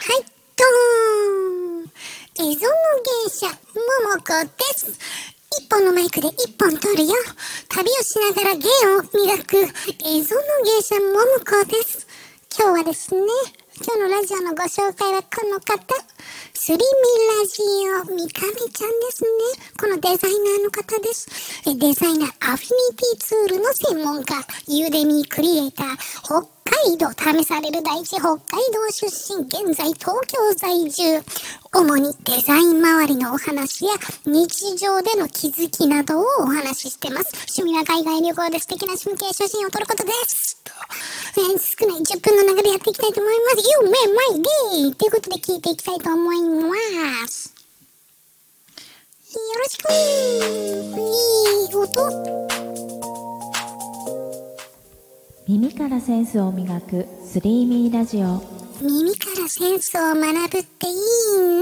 はいどーん。蝦夷の芸者桃子です。一本のマイクで一本撮るよ。旅をしながら芸を磨く蝦夷の芸者桃子です。今日はですね、今日のラジオのご紹介はこの方、スリミラジオみかみちゃんですね。このデザイナーの方です。デザイナーアフィニティツールの専門家、ユーデミークリエイター、北海道試される大地北海道出身、現在東京在住。主にデザイン周りのお話や日常での気づきなどをお話ししてます。趣味は海外旅行で素敵な風景写真を撮ることです。少ない10分の中でやっていきたいと思います。夢マイデーということで聞いていきたいと思います。よろしく。いい音。 耳からセンスを磨くスリーミーラジオ。 耳からセンスを学ぶっていいね。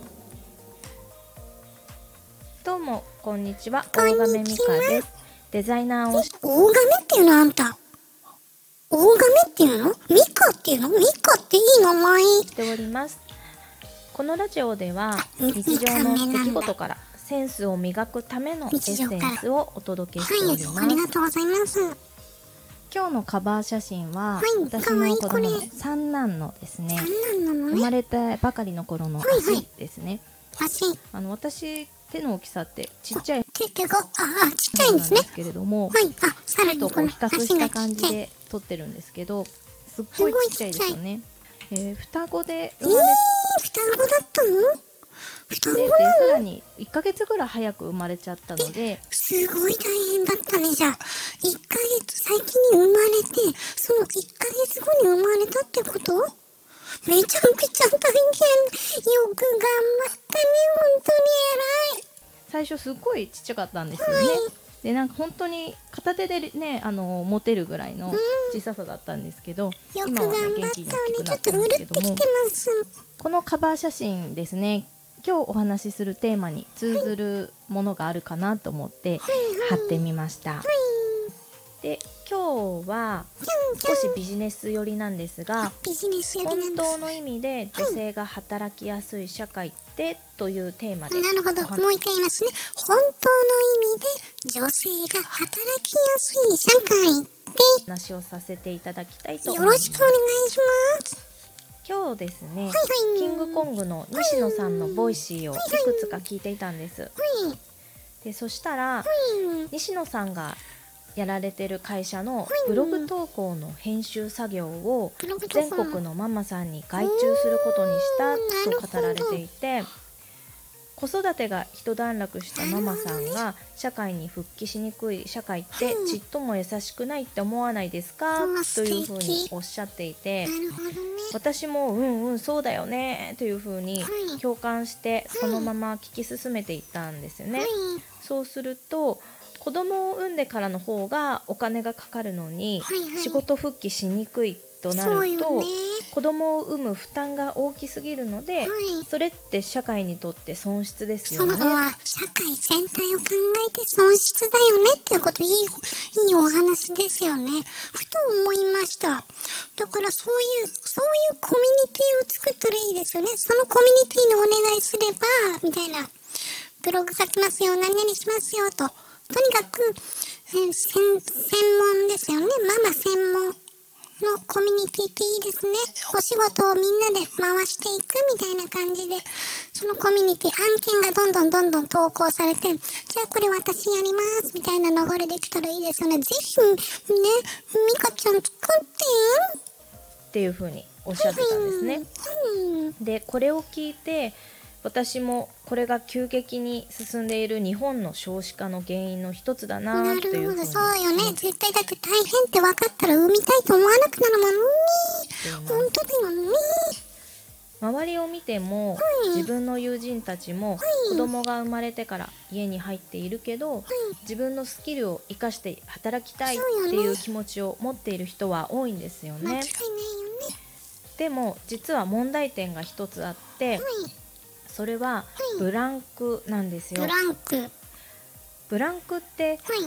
どうもこんにちは。 こんにちは大亀美香です。デザイナーをし大亀っていうのあんた。大亀っていうの？ミカっていうの？ミカっていい名前。 ております。このラジオでは日常の出来事からセンスを磨くためのエッセンスをお届けしております。 ありがとうございます。 今日のカバー写真は、私かわいいの子供のこれ三男のですね、 三男なのね。 生まれたばかりの頃の足ですね。 足。 私手の大きさってちっちゃい結局、ちっちゃいんですね。 なんですけれども、 はい。さらにとこの比較足した感がちっちゃい。 じで撮ってるんですけど、すっごいちっちゃいですよね。双子で生まれ双子だったの？双子て、 なの？ さらに1ヶ月ぐらい早く生まれちゃったので、 すごい大変だったね、じゃあ。1ヶ月先に生まれて、その1ヶ月後に生まれたってこと？めちゃくちゃ大変。よく頑張ったね、本当に偉い。 最初すっごいちっちゃかったんですよね。でなんか本当に片手でね持てるぐらいの小ささだったんですけど、 よく今はね頑張った元気に大きくね。ちなったんょっとうですけども、 るってきてます。 このカバー写真ですね、今日お話しするテーマに通ずるものがあるかなと思って貼ってみました。で今日は少しビジネス寄りなんですが、 ビジネス寄りなん本です。 当の意味で女性が働きやすい社会ってというテーマでなるほど。 お話もう一回言いますね。本当の意味で女性が働きやすい社会って話をさせていただきたいと思よいます。 ろしくお願いします。 今日ですね、 はいキングコングの西野さんのボイシーをいくつか聞いていたんです。でそしたら西野さんがやられてる会社のブログ投稿の編集作業を全国のママさんに外注することにしたと語られていて、子育てが一段落したママさんが社会に復帰しにくい社会ってちっとも優しくないって思わないですかというふうにおっしゃっていて、 なるほどね。 私もそうだよねというふうに共感してそのまま聞き進めていったんですよね。そうすると子供を産んでからの方がお金がかかるのに仕事復帰しにくいとなると、子供を産む負担が大きすぎるので、それって社会にとって損失ですよね。 その子は社会全体を考えて損失だよねっていうこと、いいお話ですよね。ふと思いました。だからそういうコミュニティを作ったらいいですよね。そのコミュニティにお願いすればみたいな、ブログ書きますよ、何々しますよと、とにかく専門ですよね。ママ専門のコミュニティっていいですね。お仕事をみんなで回していくみたいな感じで、そのコミュニティ、案件がどんどん投稿されて、じゃあこれ私やりますみたいな流れできたらいいですよね。ぜひね、ミカちゃん作ってっていうふうにおっしゃってたんですね。でこれを聞いて私もこれが急激に進んでいる日本の少子化の原因の一つだななというふうにるほど、そうよね。絶対だって大変って分かったら産みたいと思わなくなるもんね。本当だよね。 周りを見ても自分の友人たちも子供が生まれてから家に入っているけど、自分のスキルを生かして働きたいっていう気持ちを持っている人は多いんですよね。 間違いないよね。 でも実は問題点が一つあって、それはブランクなんですよ。 ブランク。 ブランクって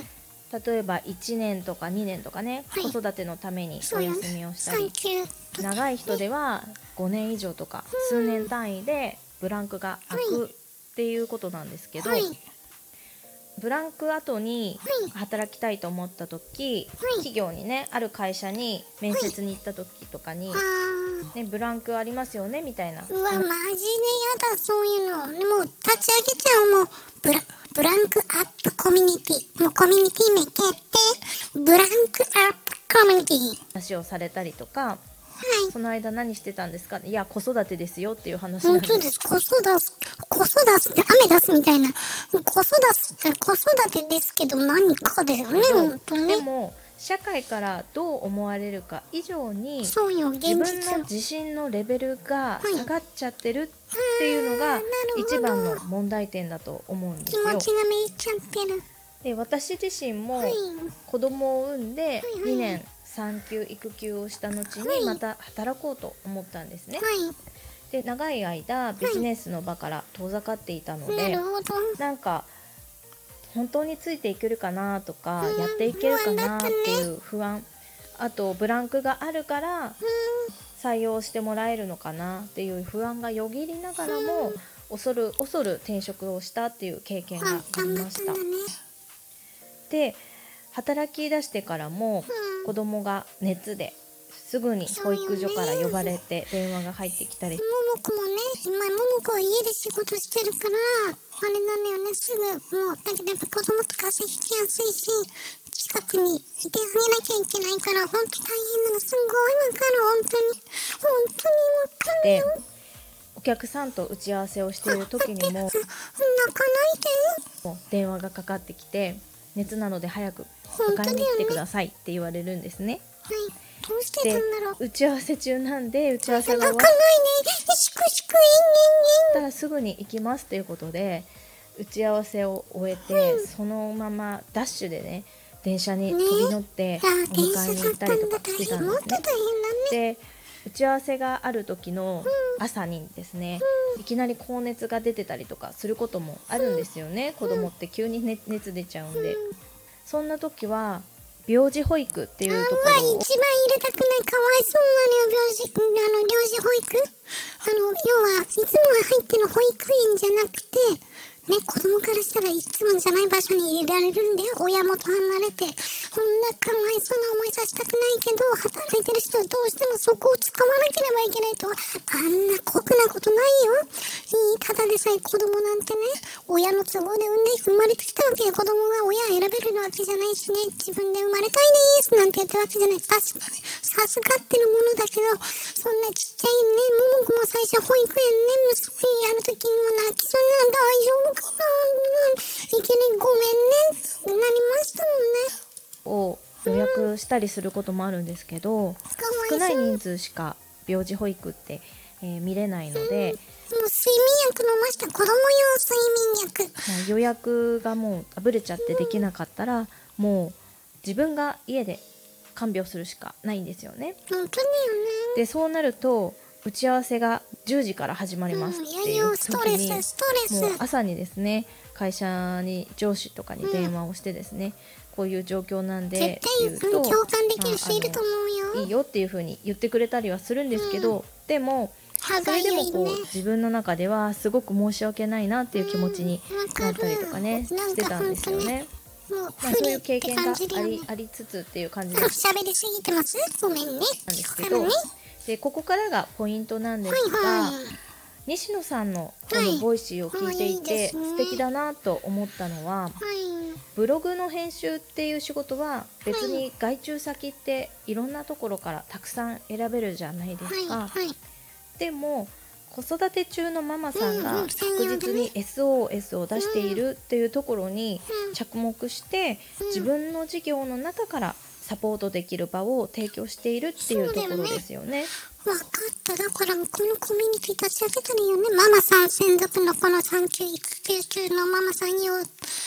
例えば1年とか2年とかね、 はい子育てのためにおそうよね休みをしたり、 産休とか長い人では5年以上とか数年単位でブランクが空くっていうことなんですけど、 はいブランク後にはい働きたいと思った時、企業にね、ある会社に面接に行った時とかに、 あね、ブランクありますよねみたいな、 ーうわマジでやだそういうの。でも立ち上げちゃう。もうブランクアップコミュニティ、もうコミュニティ名決定、ブランクアップコミュニティ。 話をされたりとか、 はいその間何してたんですか、いや子育てですよっていう話なんです。 本当です。子育てって雨出すみたいな。子育てですけど何かですよね、本当ね。 でも社会からどう思われるか以上にそうよ、現自分実。 の自信のレベルがはい下がっちゃってるっていうのがなるほど一番の問題点だと思うんですよ。 気持ちがめいちゃってる。 で私自身もはい。 子供を産んではいはい 2年産休育休をした後はいにまた働こうと思ったんですね。 はで長い間ビジネスの場から遠ざかっていたのい。なで、 るほど。 なんか本当についていけるかなとか、やっていけるかなっていう不安、あとブランクがあるから採用してもらえるのかなっていう不安がよぎりながらも、恐る転職をしたっていう経験がありました。で働き出してからも子供が熱ですぐに保育所から呼ばれて電話が入ってきたり、 ももこもね、今ももこは家で仕事してるから、あれなのよね、すぐ、もう、だけどやっぱ子供とか風邪ひきやすいし、近くにいてあげなきゃいけないから、本当大変なの、すごいわかる、本当にわかるでよ。 お客さんと打ち合わせをしている時にも泣かないで。 電話がかかってきて、熱なので早く迎えに来てくださいって言われるんですね。 はい、どうしてたんだろう。 打ち合わせ中なんで、打ち合わせが終わっ泣かないで、しくしくたらすぐに行きますということで打ち合わせを終えて、そのままダッシュでね電車に飛び乗ってお電迎えに行ったりとかしてたんですね。 もっと大変だね。 で打ち合わせがある時の朝にですね、いきなり高熱が出てたりとかすることもあるんですよね。子供って急に、熱出ちゃうんで、そんな時は病児保育っていうところを一番入れたくない、かわいそうなのよ、幼児保育。要はいつも入ってる保育園じゃなくて、ね、子供からしたらいつもじゃない場所に入れられるんだよ。親元離れて。こんなかわいそうな思いさせたくないけど、働いてる人はどうしてもそこを使わなければいけないとは、あんな酷なことないよ。ただでさえ子供なんてね、親の都合で生まれてきたわけで、子供が親選べるわけじゃないしね、自分で生まれたいですなんて言ったわけじゃない。授かってるものだけど、そんなちっちゃいね、ももこも最初保育園ね、娘やるときにも泣きそうな、大丈夫かな、いけない、ごめんね、なりましたもんね。 を予約したりすることもあるんですけど、少ない人数しか病児保育って、見れないので、 もう睡眠薬飲ました。子供用睡眠薬。 予約がもうあぶれちゃってできなかったら、もう自分が家で看病するしかないんですよね。 本当だよね。 でそうなると打ち合わせが10時から始まりますっていう時に、もう朝にですね会社に上司とかに電話をしてですね、こういう状況なんで絶対共感できる人いると思うよ。 いいよっていう風に言ってくれたりはするんですけど、でもそれでもこう自分の中ではすごく申し訳ないなっていう気持ちになったりとかね、してたんですよね。そういう経験がありつつっていう感じで喋りすぎてます、ごめんね。 なんですけど、でここからがポイントなんですが、西野さんのこのボイシーを聞いていて素敵だなと思ったのは、ブログの編集っていう仕事は別に外注先っていろんなところからたくさん選べるじゃないですか。でも子育て中のママさんが確実に SOS を出しているっていうところに着目して、自分の事業の中からサポートできる場を提供しているっていうところですよね。 分かった。だからこのコミュニティ立ち上げたらいいよね。ママさん専属のこの産休育休中のママさん用で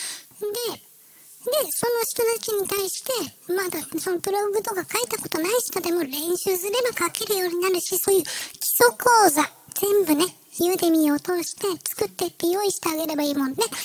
その人たちに対して、まだそのブログとか書いたことない人でも練習すれば書けるようになるし、そういう基礎講座全部ね、ユーデミーを通して作ってって用意してあげればいいもんね。しっ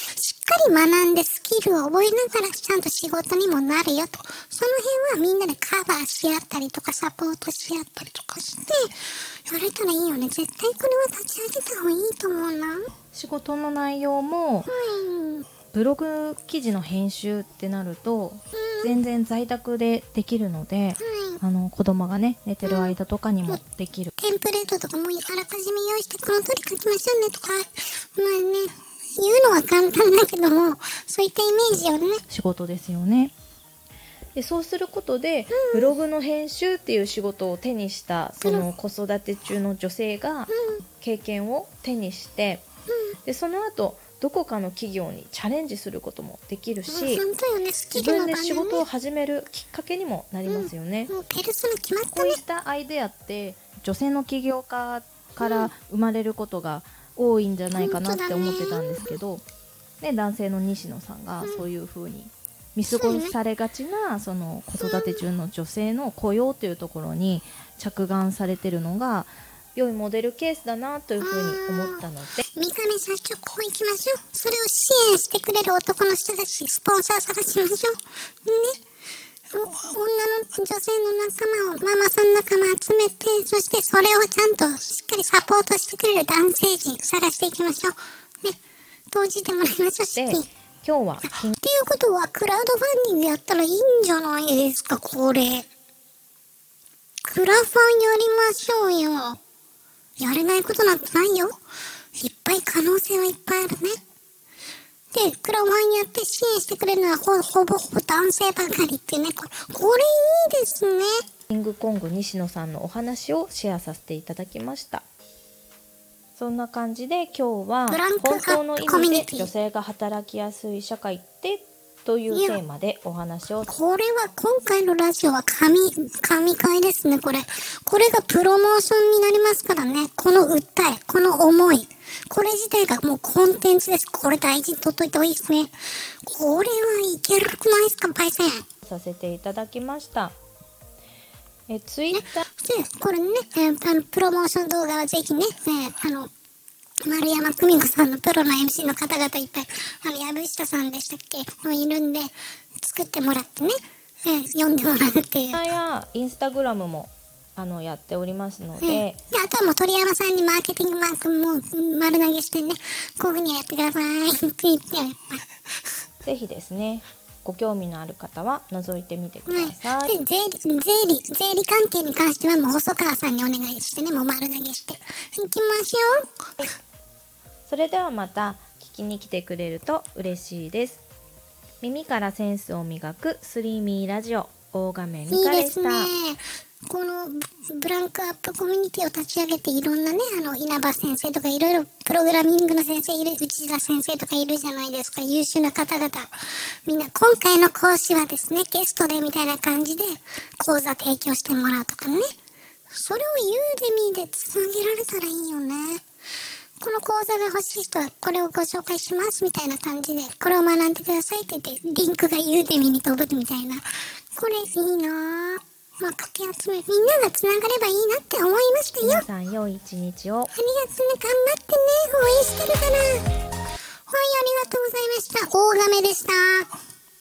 かり学んでスキルを覚えながらちゃんと仕事にもなるよと。その辺はみんなでカバーし合ったりとかサポートし合ったりとかしてやれたらいいよね。絶対これは立ち上げた方がいいと思うな。 仕事の内容も、ブログ記事の編集ってなると、全然在宅でできるので、子供がね寝てる間とかにもできる。 テンプレートとかもあらかじめ用意してこの通り書きましょうねとか、まあね、言うのは簡単だけども、そういったイメージよね。 仕事ですよね。でそうすることで、ブログの編集っていう仕事を手にしたその子育て中の女性が経験を手にして、でその後どこかの企業にチャレンジすることもできるし、 本当よね、スキ自ルの場ね。 分で仕事を始めるきっかけにもなりますよね。 もうペルソナ決まったねこういっ。たアイデアって女性の起業家から生まれることが多いんじゃないかなって思ってたんですけど、ね、男性の西野さんがそういう風に見過ごされがちなその子育て中の女性の雇用というところに着眼されてるのが良いモデルケースだなというふうに思ったので、 三上社長、こう行きましょう。それを支援してくれる男の人たち、スポンサー探しましょう。ね。女の女性の仲間を、ママさん仲間集めて、そしてそれをちゃんとしっかりサポートしてくれる男性陣探していきましょう。ね。投じてもらいましょう、資で金。 今日はっていうことは、クラウドファンディングやったらいいんじゃないですか、これ。クラファンやりましょうよ。やれないことなんてないよ。いっぱい可能性はいっぱいあるね。で、クラファンやって支援してくれるのはほぼ男性ばかりっていうね。これいいですね。 キングコング西野さんのお話をシェアさせていただきました。そんな感じで今日はブランクアップ本当の意コミュニティ味で女性が働きやすい社会ってというテーマでお話を。 これは今回のラジオは神回ですね、これ。これがプロモーションになりますからね。この訴え、この思い。これ自体がもうコンテンツです。これ大事に取っといた方がいいですね。これはいけるくないですか、パイセン。 させていただきました。ツイッターで、これね、プロモーション動画はぜひね、丸山久美子さんのプロの MC の方々いっぱい、藪下さんでしたっけいるんで、作ってもらってね、読んでもらうっていう。 やインスタグラムもやっておりますので、 で、あとはもう鳥山さんにマーケティングマークも丸投げしてね、こういう風にやってくださいって言って、 ぜひですねご興味のある方は覗いてみてください。 で、税理関係に関してはもう細川さんにお願いしてね、もう丸投げして。行きましょう。 それではまた聞きに来てくれると嬉しいです。耳からセンスを磨くスリーミーラジオ、大画面ミカでした。 いいですね。このブランクアップコミュニティを立ち上げていろんなね、稲葉先生とかいろいろプログラミングの先生いる、内田先生とかいるじゃないですか。優秀な方々。みんな今回の講師はですね、ゲストでみたいな感じで講座提供してもらうとかね。それをユーデミーでつなげられたらいいよね。この講座が欲しい人はこれをご紹介しますみたいな感じで、これを学んでくださいって言って、リンクがユーデミーに飛ぶみたいな。これいいなぁ。まあ、かけ集め、みんながつながればいいなって思いましたよ。 皆さん良い一日を。 ありがとうね、頑張ってね。応援してるから。はい、ありがとうございました。大亀でした。